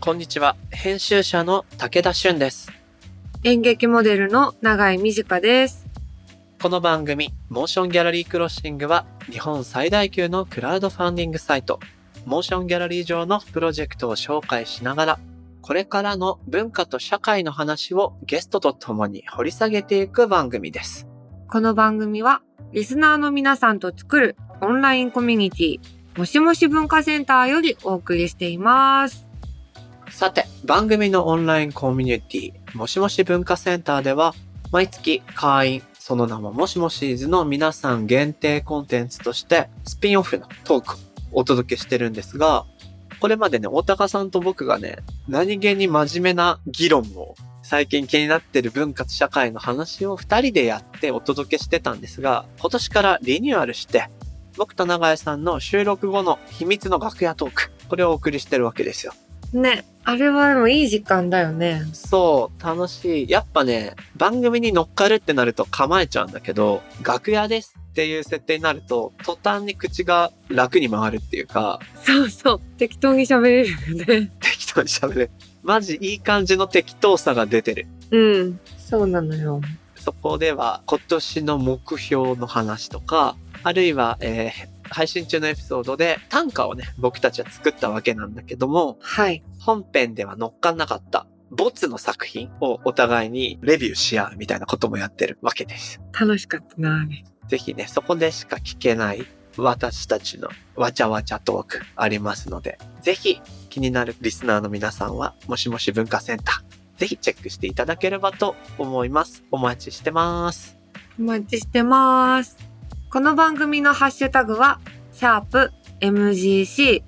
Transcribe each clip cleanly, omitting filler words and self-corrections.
こんにちは。編集者の武田俊です。 演劇モデルの永井美智香です。 この番組、モーションギャラリークロッシングは、日本最大級のクラウドファンディングサイト、モーションギャラリー上のプロジェクトを紹介しながら、これからの文化と社会の話をゲストと共に掘り下げていく番組です。 この番組は、リスナーの皆さんと作るオンラインコミュニティ、もしもし文化センターよりお送りしています。 さて、番組のオンラインコミュニティ、もしもし文化センターでは、毎月会員、その名ももしもしーずの皆さん限定コンテンツとして、スピンオフのトークをお届けしてるんですが、これまでね、大高さんと僕がね、何気に真面目な議論を、最近気になってる文化と社会の話を2人でやってお届けしてたんですが、今年からリニューアルして、僕と永井さんの収録後の秘密の楽屋トーク、これをお送りしてるわけですよ。 ね、あれはでもいい時間だよね。 そう、楽しい。やっぱね、番組に乗っかるってなると構えちゃうんだけど、楽屋ですっていう設定になると、途端に口が楽に回るっていうか、 そうそう、適当に喋れるよね。 適当に喋れる。マジいい感じの適当さが出てる。 うん、そうなのよ。 そこでは今年の目標の話とか、あるいは、配信中のエピソードで短歌をね、僕たちは作ったわけなんだけども、 はい。 本編では乗っかんなかったボツの作品をお互いにレビューし合うみたいなこともやってるわけです。 楽しかったな、あれ。 ぜひね、そこでしか聞けない私たちのわちゃわちゃトークありますので、ぜひ気になるリスナーの皆さんは、もしもし文化センター、ぜひチェックしていただければと思います。お待ちしてます。 お待ちしてます。この番組のハッシュタグは、#MGC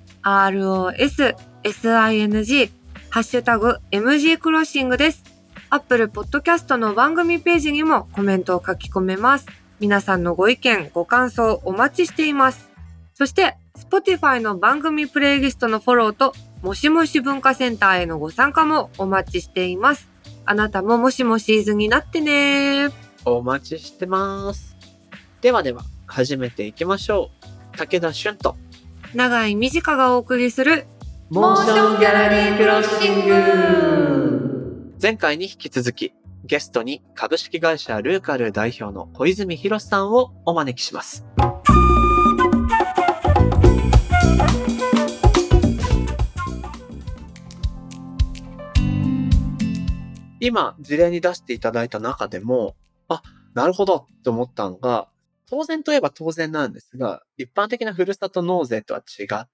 ROS SING、ハッシュタグ MG クロッシングです。Apple Podcast の番組ページにもコメントを書き込めます。皆さんのご意見、ご感想お待ちしています。そして、Spotify の番組プレイリストのフォローと、もしもし文化センターへのご参加もお待ちしています。あなたももしもしーずになってね。 お待ちしてます。ではでは、始めていきましょう。武田俊と永井美智香がお送りするモーションギャラリークロッシング。前回に引き続き、ゲストに株式会社ルーカル代表の小泉博さんをお招きします。今、事例に出していただいた中でも、なるほどと思ったのが、当然といえば当然なんですが、一般的なふるさと納税とは違って、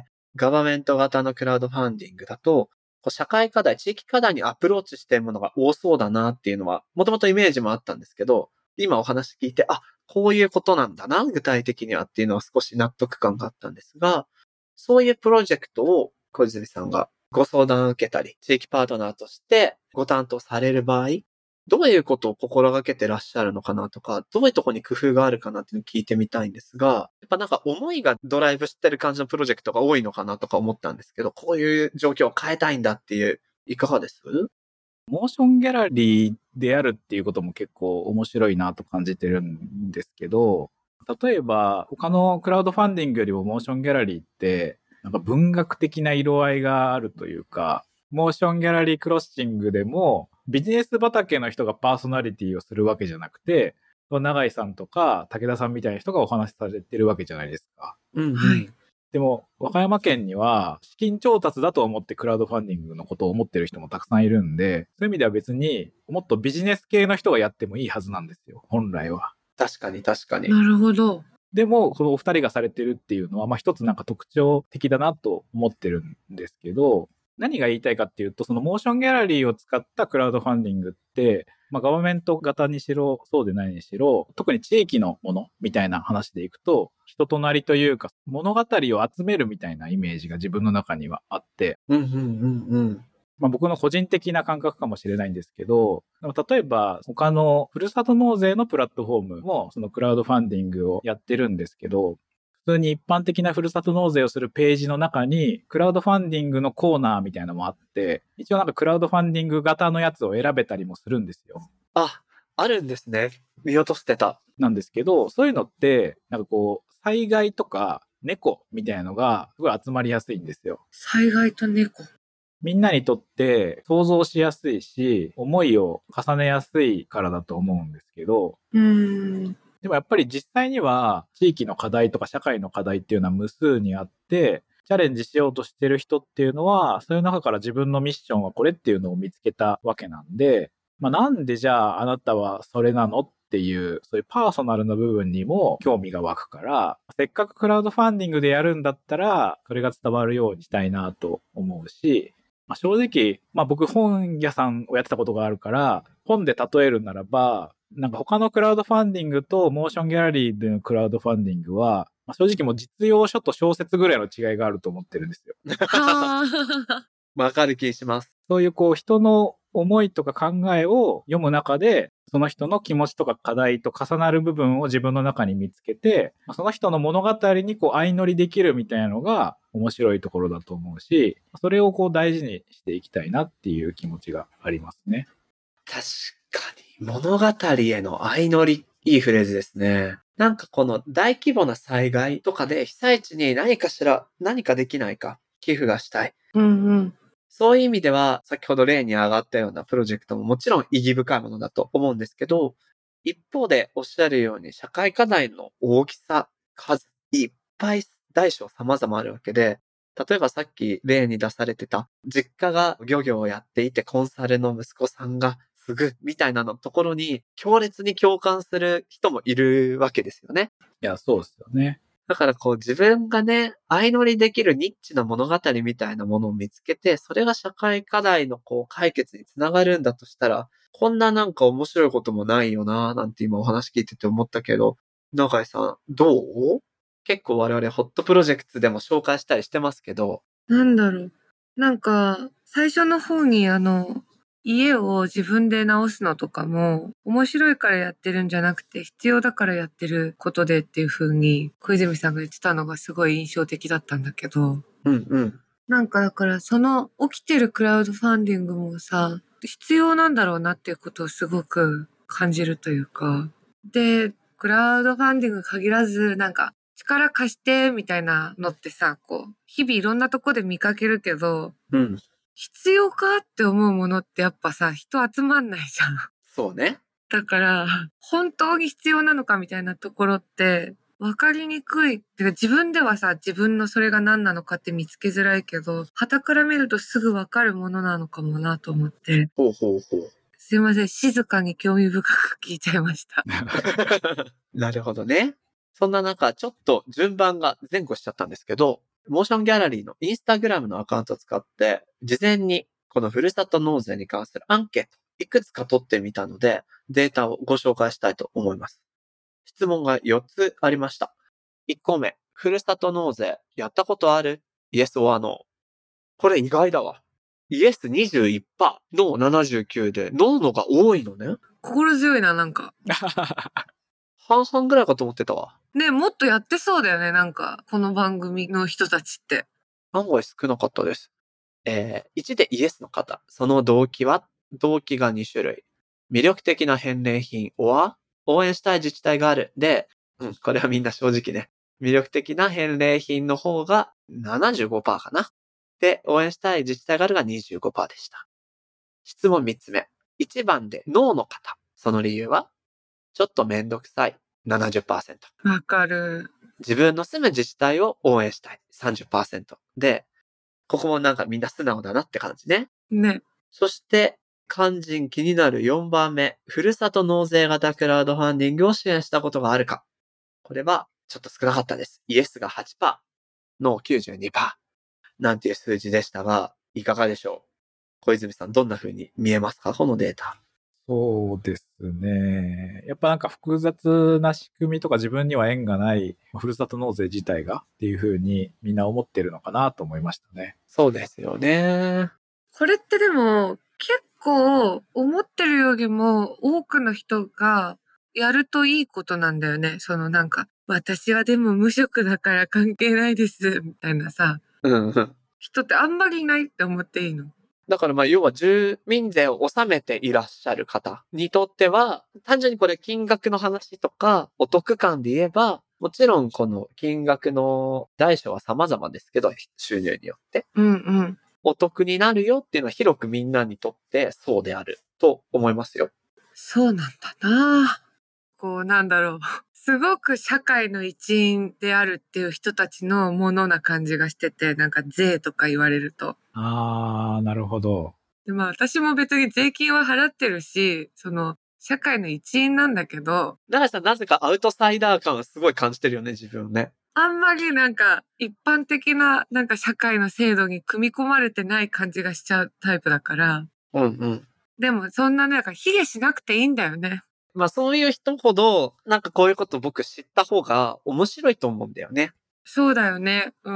ガバメント型のクラウドファンディングだと、社会課題、地域課題にアプローチしているものが多そうだなっていうのは、もともとイメージもあったんですけど、今お話聞いて、こういうことなんだな、具体的にはっていうのは少し納得感があったんですが、そういうプロジェクトを小泉さんがご相談を受けたり、地域パートナーとしてご担当される場合、どういうことを心がけてらっしゃるのかなとか、どういうところに工夫があるかなっていうのを聞いてみたいんですが、やっぱなんか思いがドライブしてる感じのプロジェクトが多いのかなとか思ったんですけど、こういう状況を変えたいんだっていう、いかがです？ モーションギャラリーであるっていうことも結構面白いなと感じてるんですけど、例えば他のクラウドファンディングよりもモーションギャラリーってなんか文学的な色合いがあるというか、モーションギャラリークロッシングでもビジネス畑の人がパーソナリティをするわけじゃなくて、永井さんとか武田さんみたいな人がお話しされてるわけじゃないですか。 はい。 でも、和歌山県には資金調達だと思ってクラウドファンディングのことを思ってる人もたくさんいるんで、そういう意味では別にもっとビジネス系の人がやってもいいはずなんですよ、本来は。 確かに確かに。 なるほど。 でも、そのお二人がされてるっていうのは、一つなんか特徴的だなと思ってるんですけど、何が言いたいかっていうと、そのモーションギャラリーを使ったクラウドファンディングって、ガバメント型にしろ、そうでないにしろ、特に地域のものみたいな話でいくと、人となりというか、物語を集めるみたいなイメージが自分の中にはあって、僕の個人的な感覚かもしれないんですけど、例えば他のふるさと納税のプラットフォームもそのクラウドファンディングをやってるんですけど、普通に一般的なふるさと納税をするページの中にクラウドファンディングのコーナーみたいなのもあって、一応なんかクラウドファンディング型のやつを選べたりもするんですよ。 あるんですね。見落としてた。 なんですけど、そういうのってなんかこう災害とか猫みたいなのがすごい集まりやすいんですよ。 災害と猫。 みんなにとって想像しやすいし、思いを重ねやすいからだと思うんですけど、でもやっぱり実際には地域の課題とか社会の課題っていうのは無数にあって、チャレンジしようとしてる人っていうのは、そういう中から自分のミッションはこれっていうのを見つけたわけなんで、なんでじゃああなたはそれなのっていう、そういうパーソナルな部分にも興味が湧くから、せっかくクラウドファンディングでやるんだったら、それが伝わるようにしたいなと思うし、正直、僕本屋さんをやってたことがあるから、本で例えるならば、なんか他のクラウドファンディングとモーションギャラリーでのクラウドファンディングは、正直もう実用書と小説ぐらいの違いがあると思ってるんですよ。 はわかる気します。 そういう人の思いとか考えを読む中で、その人の気持ちとか課題と重なる部分を自分の中に見つけて、その人の物語に相乗りできるみたいなのが面白いところだと思うし、それを大事にしていきたいなっていう気持ちがありますね。 確かに、物語への相乗り、いいフレーズですね。なんかこの大規模な災害とかで被災地に何かできないか、寄付がしたい。そういう意味では、先ほど例に上がったようなプロジェクトももちろん意義深いものだと思うんですけど、一方でおっしゃるように社会課題の大きさ、数、いっぱい大小様々あるわけで、例えばさっき例に出されてた、実家が漁業をやっていてコンサルの息子さんが継ぐみたいなのところに強烈に共感する人もいるわけですよね。 いや、そうですよね。 だから自分がね、相乗りできるニッチな物語みたいなものを見つけて、それが社会課題の解決につながるんだとしたら、こんななんか面白いこともないよななんて今お話聞いてて思ったけど、永井さん、どう？結構我々ホットプロジェクトでも紹介したりしてますけど。 なんだろう。なんか、最初の方に家を自分で直すのとかも、面白いからやってるんじゃなくて、必要だからやってることでっていう風に、小泉さんが言ってたのがすごい印象的だったんだけど、なんかだからその起きてるクラウドファンディングもさ、必要なんだろうなっていうことをすごく感じるというか。で、クラウドファンディング限らず、なんか力貸してみたいなのってさ、日々いろんなとこで見かけるけど、必要かって思うものってやっぱさ、人集まんないじゃん。 そうね。 だから、本当に必要なのかみたいなところって、分かりにくい。てか自分ではさ、自分のそれが何なのかって見つけづらいけど、傍から見るとすぐ分かるものなのかもなと思って。 ほうほうほう。 すいません、静かに興味深く聞いちゃいました。 なるほどね。そんな中、ちょっと順番が前後しちゃったんですけど、モーションギャラリーのインスタグラムのアカウントを使って、事前にこのふるさと納税に関するアンケート、いくつか取ってみたので、データをご紹介したいと思います。質問が4つありました。1個目、ふるさと納税、やったことある？ Yes or No。これ意外だわ。Yes 21%、ノー79で、ノーのが多いのね。 心強いな、なんか。 半々ぐらいかと思ってたわ。 ね、もっとやってそうだよね、なんか、この番組の人たちって。 案外少なかったです。1でイエスの方。その動機は？動機が2種類。魅力的な返礼品は応援したい自治体がある。で、これはみんな正直ね。魅力的な返礼品の方が 75% かな。で、応援したい自治体があるが 25% でした。質問3つ目。1番でノーの方。その理由はちょっとめんどくさい。70%。 わかる。 自分の住む自治体を応援したい。30%。で、ここもなんかみんな素直だなって感じね。 ね。 そして、肝心気になる4番目。ふるさと納税型クラウドファンディングを支援したことがあるか。これはちょっと少なかったです。イエスが 8%、ノー 92%。なんていう数字でしたが、いかがでしょう？小泉さん、どんな風に見えますか？このデータ。 そうですね。やっぱなんか複雑な仕組みとか自分には縁がないふるさと納税自体がっていう風にみんな思ってるのかなと思いましたね。 そうですよね。 これってでも結構思ってるよりも多くの人がやるといいことなんだよね。そのなんか、私はでも無職だから関係ないです、みたいなさ。人ってあんまりいないって思っていいの。 だから要は住民税を納めていらっしゃる方にとっては、単純にこれ金額の話とかお得感で言えば、もちろんこの金額の大小は様々ですけど、収入によって。 お得になるよっていうのは広くみんなにとってそうであると思いますよ。 そうなんだな。こうなんだろう。すごく社会の一員であるっていう人たちのものな感じがしてて、なんか税とか言われると。 あー、なるほど。 で、まあ私も別に税金は払ってるし、その社会の一員なんだけど、 長井さんなぜかアウトサイダー感をすごい感じてるよね、自分ね。 あんまりなんか一般的ななんか社会の制度に組み込まれてない感じがしちゃうタイプだから。 うんうん。 でもそんなね、なんか卑下しなくていいんだよね。 まあそういう人ほど、なんかこういうこと僕知った方が面白いと思うんだよね。 そうだよね。うん。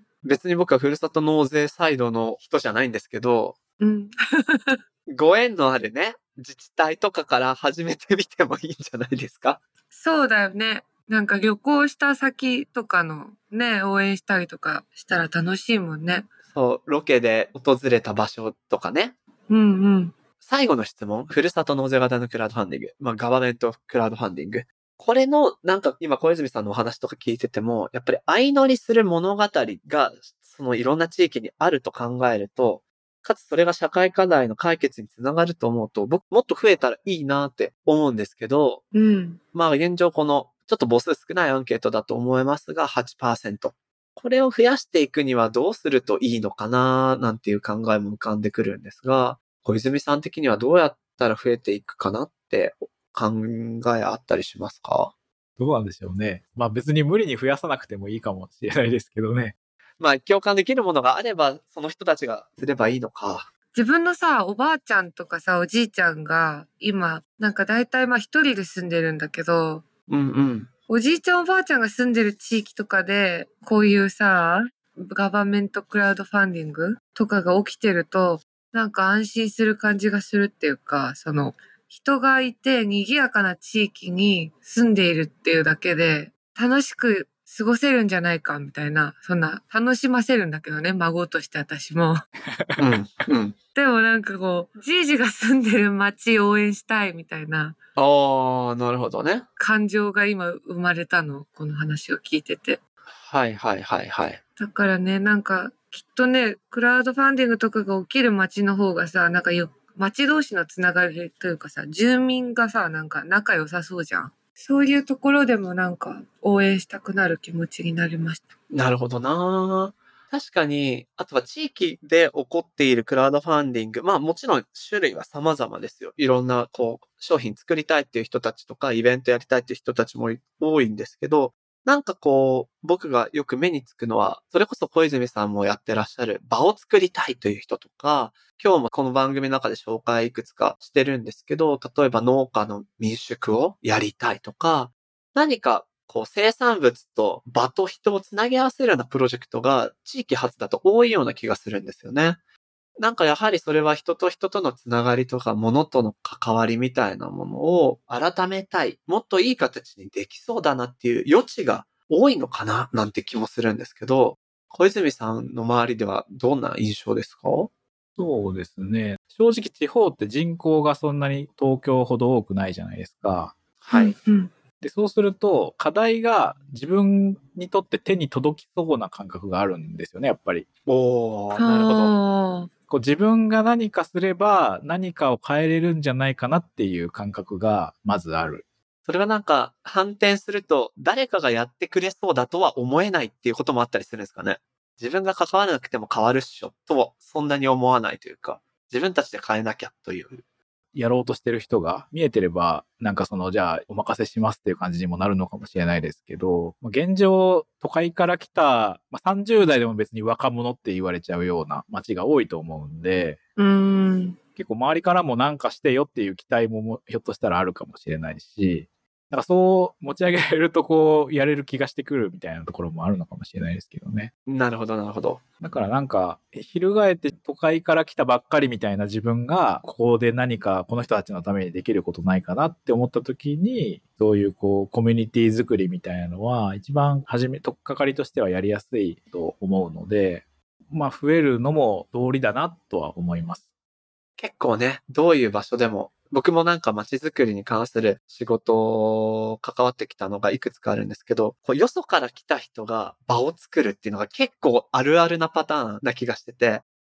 別に僕はふるさと納税サイドの人じゃないんですけど、 うん。 ご縁のあるね、自治体とかから始めてみてもいいんじゃないですか。 そうだよね。なんか旅行した先とかのね、応援したりとかしたら楽しいもんね。 そう、ロケで訪れた場所とかね。 うんうん。 最後の質問、ふるさと納税型のクラウドファンディング。まあ、ガバメントクラウドファンディング。これの、なんか今小泉さんのお話とか聞いてても、やっぱり相乗りする物語が、そのいろんな地域にあると考えると、かつそれが社会課題の解決につながると思うと、僕もっと増えたらいいなって思うんですけど、 うん。 まあ現状この、ちょっと母数少ないアンケートだと思いますが、8%。これを増やしていくにはどうするといいのかななんていう考えも浮かんでくるんですが、小泉さん的にはどうやったら増えていくかなって考えあったりしますか？ どうなんでしょうね。まあ別に無理に増やさなくてもいいかもしれないですけどね。 まあ共感できるものがあれば、その人たちがすればいいのか。 自分のさ、おばあちゃんとかさ、おじいちゃんが今、なんか大体まあ一人で住んでるんだけど、 うんうん。 おじいちゃんおばあちゃんが住んでる地域とかで、こういうさ、ガバメントクラウドファンディングとかが起きてると、なんか安心する感じがするっていうか、その、人がいて賑やかな地域に住んでいるっていうだけで、楽しく過ごせるんじゃないかみたいな、そんな、楽しませるんだけどね、孫として私も。 うん、うん。 でもなんかこう、じいじが住んでる街を応援したいみたいなああ、なるほどね。 感情が今生まれたの、この話を聞いてて。 はいはいはいはい。 だからね、なんか、きっとね、クラウドファンディングとかが起きる街の方がさ、なんか街同士のつながりというかさ、住民がさ、なんか仲良さそうじゃん。そういうところでもなんか、応援したくなる気持ちになりました。 なるほどな。確かに、あとは地域で起こっているクラウドファンディング。まあもちろん種類は様々ですよ。いろんなこう商品作りたいっていう人たちとかイベントやりたいっていう人たちも多いんですけど、なんかこう僕がよく目につくのは、それこそ小泉さんもやってらっしゃる場を作りたいという人とか、今日もこの番組の中で紹介いくつかしてるんですけど、例えば農家の民宿をやりたいとか、何かこう生産物と場と人をつなぎ合わせるようなプロジェクトが地域発だと多いような気がするんですよね。なんかやはりそれは人と人とのつながりとか物との関わりみたいなものを改めたい。もっといい形にできそうだなっていう余地が多いのかななんて気もするんですけど、小泉さんの周りではどんな印象ですか？ そうですね。正直地方って人口がそんなに東京ほど多くないじゃないですか。 はい。 うん。 で、そうすると課題が自分にとって手に届きそうな感覚があるんですよね、やっぱり。 おー、なるほど。 ああ。 こう自分が何かすれば何かを変えれるんじゃないかなっていう感覚がまずある。 それはなんか反転すると誰かがやってくれそうだとは思えないっていうこともあったりするんですかね。自分が関わらなくても変わるっしょとはそんなに思わないというか、自分たちで変えなきゃという。 やろうとしてる人が見えてれば、なんかじゃあお任せしますっていう感じにもなるのかもしれないですけど、現状、都会から来た、30代でも別に若者って言われちゃうような街が多いと思うんで、結構周りからもなんかしてよっていう期待もひょっとしたらあるかもしれないし、なんかそう持ち上げられるとこうやれる気がしてくるみたいなところもあるのかもしれないですけどね。 なるほど、なるほど。 だからなんか、翻って都会から来たばっかりみたいな自分が、ここで何かこの人たちのためにできることないかなって思った時に、そういうこう、コミュニティ作りみたいなのは、一番とっかかりとしてはやりやすいと思うので、増えるのも道理だなとは思います。 結構ね、どういう場所でも、僕もなんか街づくりに関する仕事関わってきたのがいくつかあるんですけど、こうよそから来た人が場を作るっていうのが結構あるあるなパターンな気がしてて、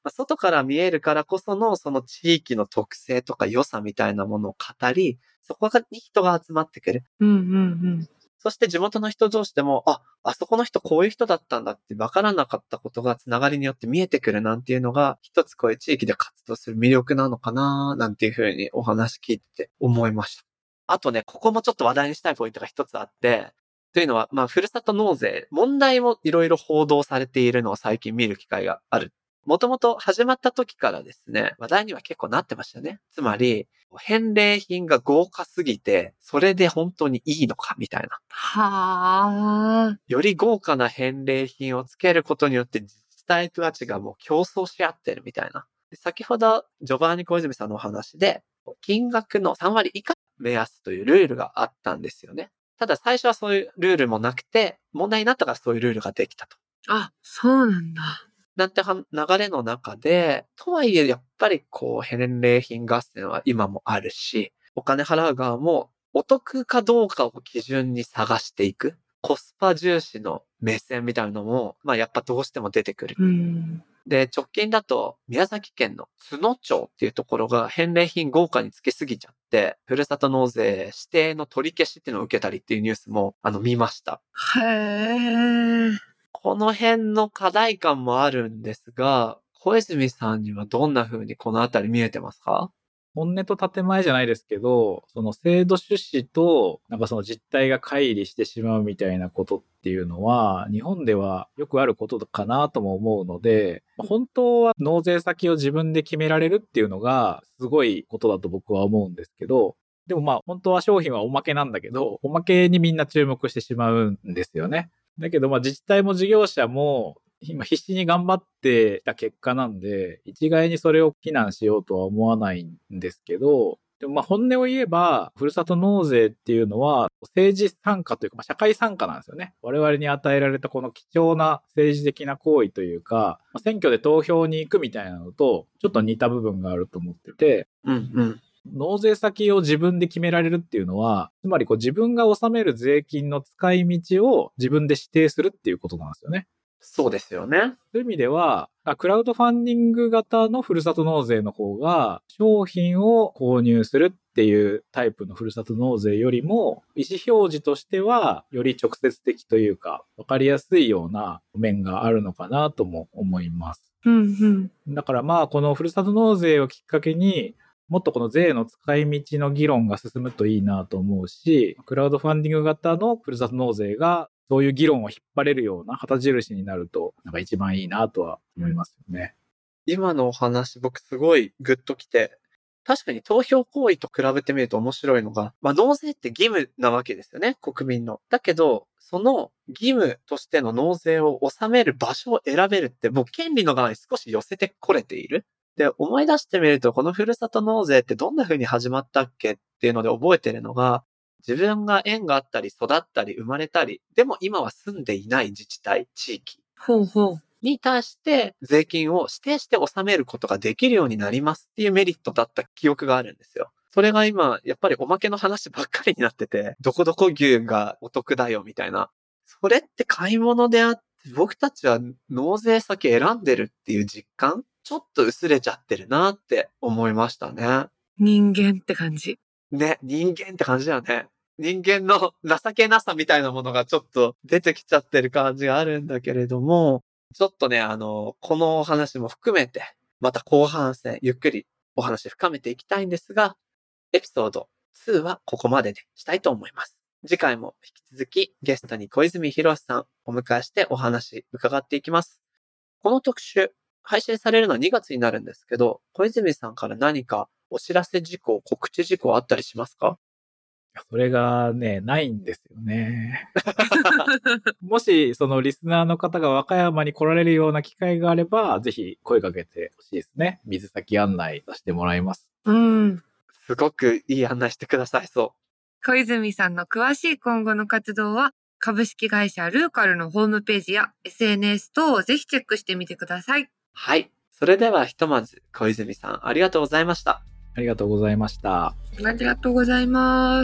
外から見えるからこそのその地域の特性とか良さみたいなものを語り、そこに人が集まってくる。 うんうんうん。 そして地元の人同士でも、あそこの人こういう人だったんだって分からなかったことがつながりによって見えてくるなんていうのが、一つこういう地域で活動する魅力なのかななんていうふうにお話聞いて思いました。あとね、ここもちょっと話題にしたいポイントが一つあって、というのは、ふるさと納税、問題もいろいろ報道されているのを最近見る機会がある。もともと始まった時からですね、話題には結構なってましたね。つまり、返礼品が豪華すぎて、それで本当にいいのかみたいな。 はあ。 より豪華な返礼品をつけることによって自治体たちがもう競争し合ってるみたいな。先ほど、ジョバンニ小泉さんのお話で、金額の3割以下目安というルールがあったんですよね。ただ最初はそういうルールもなくて、問題になったからそういうルールができたと。 あ、そうなんだ。 なんて流れの中で、とはいえやっぱり返礼品合戦は今もあるし、お金払う側もお得かどうかを基準に探していく。コスパ重視の目線みたいなのも、やっぱどうしても出てくる。で、直近だと宮崎県の都農町っていうところが返礼品豪華につけすぎちゃって、ふるさと納税指定の取り消しっていうのを受けたりっていうニュースも見ました。 へー。 この辺の課題感もあるんですが、小泉さんにはどんな風にこのあたり見えてますか？ 本音と建前じゃないですけど、その制度趣旨と、その実態が乖離してしまうみたいなことっていうのは、日本ではよくあることかなとも思うので、本当は納税先を自分で決められるっていうのが、すごいことだと僕は思うんですけど、でも本当は商品はおまけなんだけど、おまけにみんな注目してしまうんですよね。だけど自治体も事業者も、今必死に頑張ってた結果なんで、一概にそれを非難しようとは思わないんですけど、でも本音を言えば、ふるさと納税っていうのは、政治参加というか、社会参加なんですよね。我々に与えられたこの貴重な政治的な行為というか、選挙で投票に行くみたいなのと、ちょっと似た部分があると思ってて、納税先を自分で決められるっていうのは、つまり自分が納める税金の使い道を自分で指定するっていうことなんですよね。 そうですよね。 そういう意味では、クラウドファンディング型のふるさと納税の方が、商品を購入するっていうタイプのふるさと納税よりも、意思表示としては、より直接的というか、わかりやすいような面があるのかなとも思います。だからこのふるさと納税をきっかけに、もっとこの税の使い道の議論が進むといいなと思うし、クラウドファンディング型のふるさと納税がそういう議論を引っ張れるような旗印になると、一番いいなとは思いますよね。 今のお話、僕すごいグッときて、確かに投票行為と比べてみると面白いのが、納税って義務なわけですよね、国民の。だけど、その義務としての納税を納める場所を選べるって、もう権利の側に少し寄せてこれている。で、思い出してみると、このふるさと納税ってどんな風に始まったっけっていうので覚えてるのが、自分が縁があったり育ったり生まれたり、でも今は住んでいない自治体、地域に対して税金を指定して納めることができるようになりますっていうメリットだった記憶があるんですよ。それが今、やっぱりおまけの話ばっかりになってて、どこどこ牛がお得だよみたいな。それって買い物であって、僕たちは納税先選んでるっていう実感ちょっと薄れちゃってるなって思いましたね。 人間って感じ。 ね、人間って感じだよね。人間の情けなさみたいなものがちょっと出てきちゃってる感じがあるんだけれども、ちょっとね、このお話も含めて、また後半戦、ゆっくりお話深めていきたいんですが、エピソード2はここまででしたいと思います。次回も引き続きゲストに小泉博さんお迎えしてお話伺っていきます。この特集、配信されるのは2月になるんですけど、小泉さんから何かお知らせ事項、告知事項あったりしますか？ それがね、ないんですよね。もし、そのリスナーの方が和歌山に来られるような機会があれば、ぜひ声かけてほしいですね。水先案内させてもらいます。 すごくいい案内してくださいそう。 小泉さんの詳しい今後の活動は、株式会社ルーカルのホームページや SNS 等をぜひチェックしてみてください。 はい。それではひとまず小泉さんありがとうございました。 ありがとうございました。 ありがとうございます。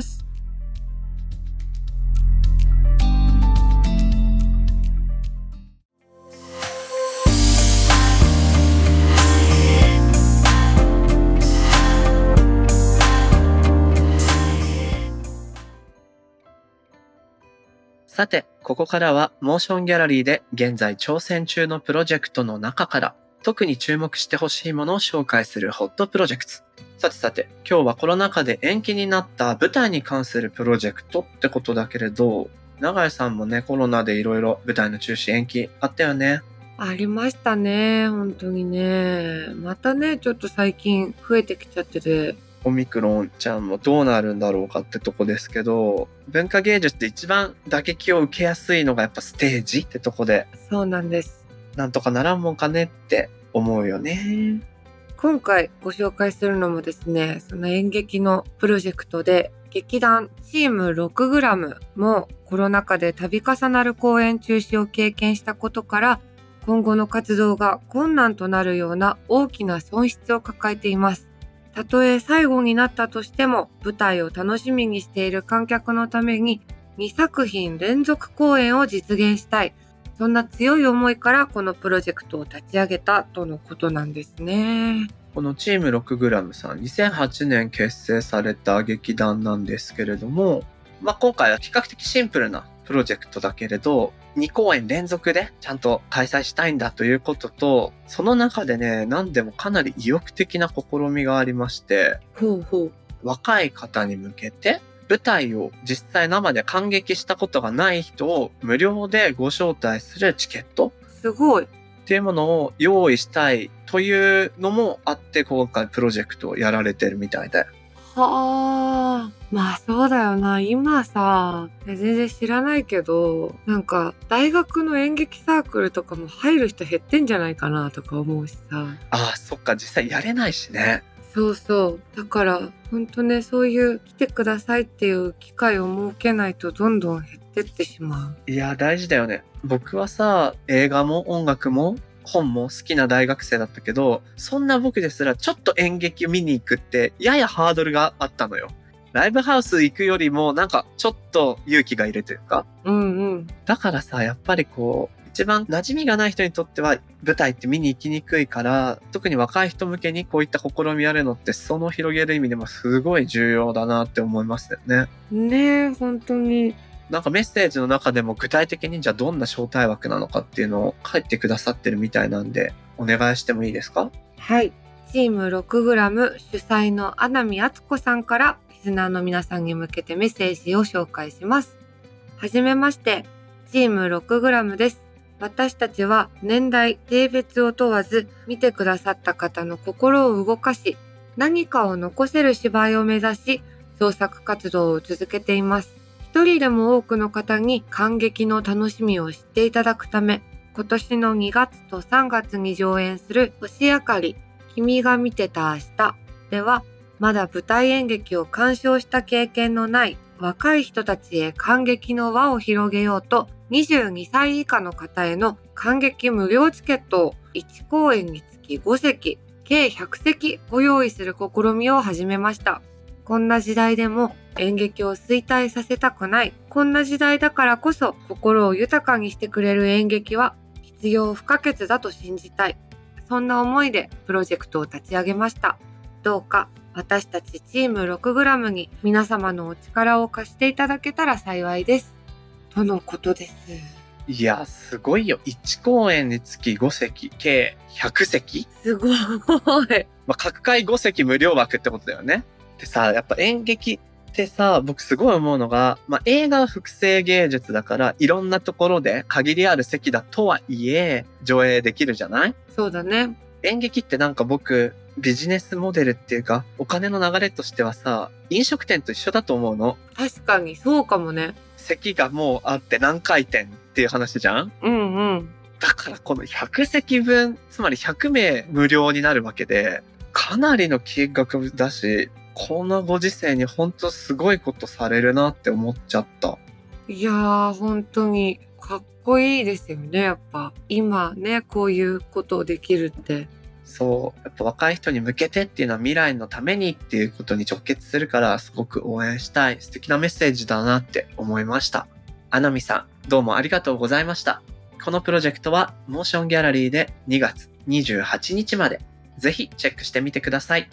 さて、ここからはモーションギャラリーで現在挑戦中のプロジェクトの中から特に注目してほしいものを紹介するホットプロジェクト。さて、今日はコロナ禍で延期になった舞台に関するプロジェクトってことだけれど、永井さんもね、コロナでいろいろ舞台の中止延期あったよね。 ありましたね、本当にね。またね、ちょっと最近増えてきちゃってて。 オミクロンちゃんもどうなるんだろうかってとこですけど、文化芸術で一番打撃を受けやすいのがやっぱステージってとこで、 そうなんです。 なんとかならんもんかねって思うよね。 今回ご紹介するのもですね、その演劇のプロジェクトで、劇団チーム6グラムもコロナ禍で度重なる公演中止を経験したことから、今後の活動が困難となるような大きな損失を抱えています。たとえ最後になったとしても、舞台を楽しみにしている観客のために2作品連続公演を実現したい。そんな強い思いからこのプロジェクトを立ち上げたとのことなんですね。 このチーム6グラムさん、2008年結成された劇団なんですけれども、今回は比較的シンプルなプロジェクトだけれど、2公演連続でちゃんと開催したいんだということと、その中でね、何でもかなり意欲的な試みがありまして、若い方に向けて、舞台を実際生で観劇したことがない人を無料でご招待するチケットすごいっていうものを用意したいというのもあって、今回プロジェクトをやられてるみたいで。 はあ、まあそうだよな。今さ、全然知らないけど、なんか大学の演劇サークルとかも入る人減ってんじゃないかなとか思うしさ。 ああ、そっか、実際やれないしね。 そうそう。だからほんとね、そういう来てくださいっていう機会を設けないとどんどん減ってってしまう。 いや、大事だよね。僕はさ、映画も音楽も本も好きな大学生だったけど、そんな僕ですらちょっと演劇見に行くってややハードルがあったのよ。ライブハウス行くよりもなんかちょっと勇気がいるというか。だからさ、やっぱり一番馴染みがない人にとっては舞台って見に行きにくいから、特に若い人向けにこういった試みやるのって裾野を広げる意味でもすごい重要だなって思いますよね。 ねえ、本当に。 なんかメッセージの中でも具体的にじゃあどんな招待枠なのかっていうのを書いてくださってるみたいなんで、お願いしてもいいですか？ はい。チーム6グラム主催の穴見敦子さんからリスナーの皆さんに向けてメッセージを紹介します。はじめまして、チーム6グラムです。私たちは年代、性別を問わず見てくださった方の心を動かし、何かを残せる芝居を目指し、創作活動を続けています。一人でも多くの方に観劇の楽しみを知っていただくため、今年の2月と3月に上演する星明かり、君が見てた明日では、まだ舞台演劇を鑑賞した経験のない若い人たちへ観劇の輪を広げようと、22歳以下の方への観劇無料チケットを1公演につき5席、計100席ご用意する試みを始めました。こんな時代でも演劇を衰退させたくない。こんな時代だからこそ心を豊かにしてくれる演劇は必要不可欠だと信じたい。そんな思いでプロジェクトを立ち上げました。どうか私たちチーム6グラムに皆様のお力を貸していただけたら幸いです。とのことです。 いや、すごいよ。1公演につき5席、計100席？ すごい。 各回5席無料枠ってことだよね。でさ、やっぱ演劇ってさ、僕すごい思うのが、映画は複製芸術だから、いろんなところで限りある席だとはいえ、上映できるじゃない？ そうだね。 演劇ってなんか僕、ビジネスモデルっていうか、お金の流れとしてはさ、飲食店と一緒だと思うの。 確かに、そうかもね。 席がもうあって何回転っていう話じゃん？だからこの100席分、つまり100名無料になるわけで、かなりの金額だし、このご時世に本当すごいことされるなって思っちゃった。 いやー、本当にかっこいいですよね、やっぱ。今ね、こういうことをできるって。 そう。やっぱ若い人に向けてっていうのは未来のためにっていうことに直結するから、すごく応援したい素敵なメッセージだなって思いました。穴見さん、どうもありがとうございました。このプロジェクトはモーションギャラリーで2月28日まで。ぜひチェックしてみてください。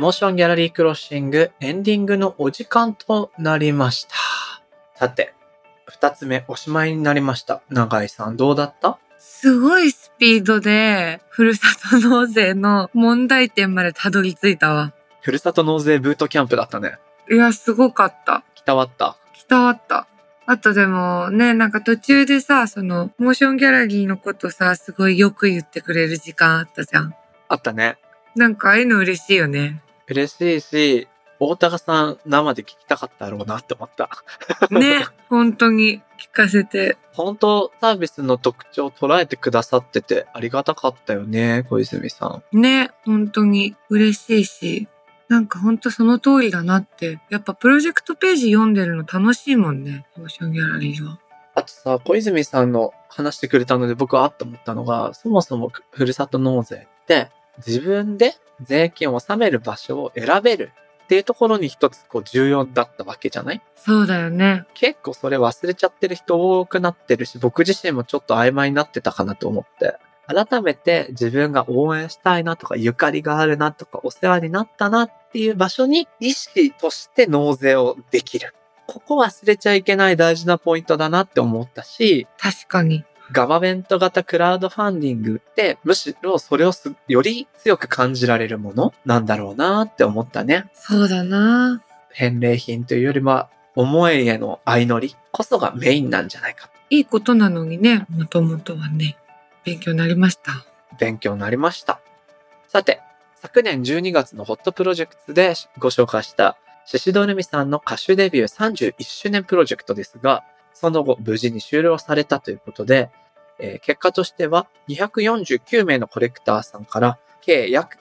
モーションギャラリークロッシングエンディングのお時間となりました。さて、2つ目おしまいになりました。永井さんどうだった？ すごいスピードで、ふるさと納税の問題点までたどり着いたわ。 ふるさと納税ブートキャンプだったね。 いや、すごかった。 伝わった。 伝わった。あとでもね、なんか途中でさ、その、モーションギャラリーのことさ、すごいよく言ってくれる時間あったじゃん。 あったね。 なんかああいうの嬉しいよね。 嬉しいし、大高さん生で聞きたかったろうなって思った。 ね、本当に聞かせて。 本当サービスの特徴を捉えてくださっててありがたかったよね、小泉さん。 ね、本当に嬉しいし、なんか本当その通りだなって。やっぱプロジェクトページ読んでるの楽しいもんね、モーションギャラリーは。 あとさ、小泉さんの話してくれたので僕はあっと思ったのが、そもそもふるさと納税って自分で税金を納める場所を選べるっていうところに一つ重要だったわけじゃない？ そうだよね。 結構それ忘れちゃってる人多くなってるし、僕自身もちょっと曖昧になってたかなと思って。改めて自分が応援したいなとか、ゆかりがあるなとか、お世話になったなっていう場所に意識として納税をできる。ここ忘れちゃいけない大事なポイントだなって思ったし、 確かに。 ガバメント型クラウドファンディングってむしろそれをより強く感じられるものなんだろうなって思ったね。 そうだな。 返礼品というよりは思いへの相乗りこそがメインなんじゃないか。 いいことなのにね、もともとはね。勉強になりました。 勉強になりました。さて、昨年12月のホットプロジェクトでご紹介したシシドルミさんの歌手デビュー31周年プロジェクトですが、その後無事に終了されたということで、結果としては249名のコレクターさんから計約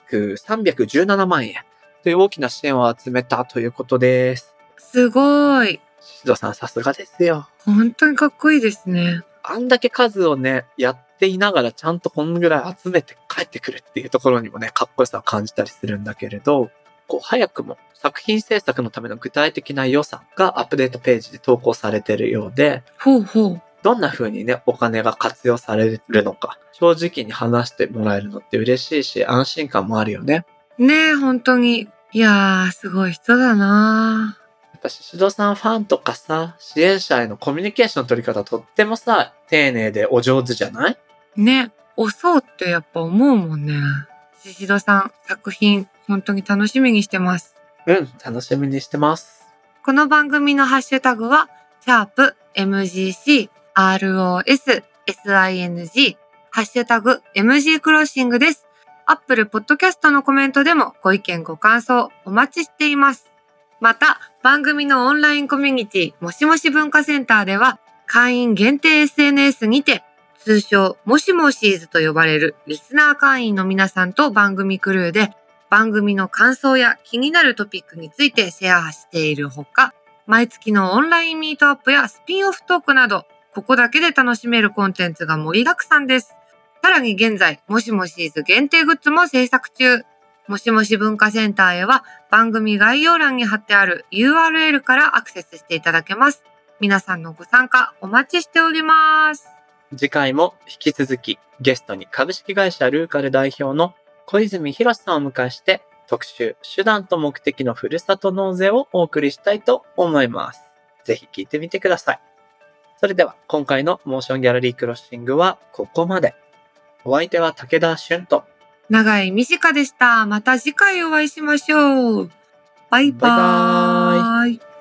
317万円という大きな支援を集めたということです。 すごい。 シシドさんさすがですよ。 本当にかっこいいですね。 あんだけ数をね、やっていながらちゃんとこんぐらい集めて帰ってくるっていうところにもね、かっこよさを感じたりするんだけれど、早くも作品制作のための具体的な予算がアップデートページで投稿されているようで、 ほうほう。 どんな風にね、お金が活用されるのか、正直に話してもらえるのって嬉しいし、安心感もあるよね。 ねえ、本当に。いやー、すごい人だな。 やっぱシシドさんファンとかさ、支援者へのコミュニケーションの取り方とってもさ、丁寧でお上手じゃない？ ね、押そうってやっぱ思うもんね。シシドさん、作品、本当に楽しみにしてます。 楽しみにしてます。 この番組のハッシュタグは、#MGC ROSSING、ハッシュタグ MG クロッシングです。Apple Podcast のコメントでもご意見ご感想お待ちしています。また、番組のオンラインコミュニティもしもし文化センターでは、会員限定 SNS にて、通称もしもしーずと呼ばれるリスナー会員の皆さんと番組クルーで、番組の感想や気になるトピックについてシェアしているほか、毎月のオンラインミートアップやスピンオフトークなど、ここだけで楽しめるコンテンツが盛りだくさんです。さらに現在、もしもしーず限定グッズも制作中。もしもし文化センターへは番組概要欄に貼ってある URL からアクセスしていただけます。皆さんのご参加お待ちしております。 次回も引き続きゲストに株式会社ルーカル代表の小泉博さんをお迎えして特集手段と目的のふるさと納税をお送りしたいと思います。ぜひ聞いてみてください。それでは今回のモーションギャラリークロッシングはここまで。お相手は武田俊と長井美智香でした。また次回お会いしましょう。バイバーイ。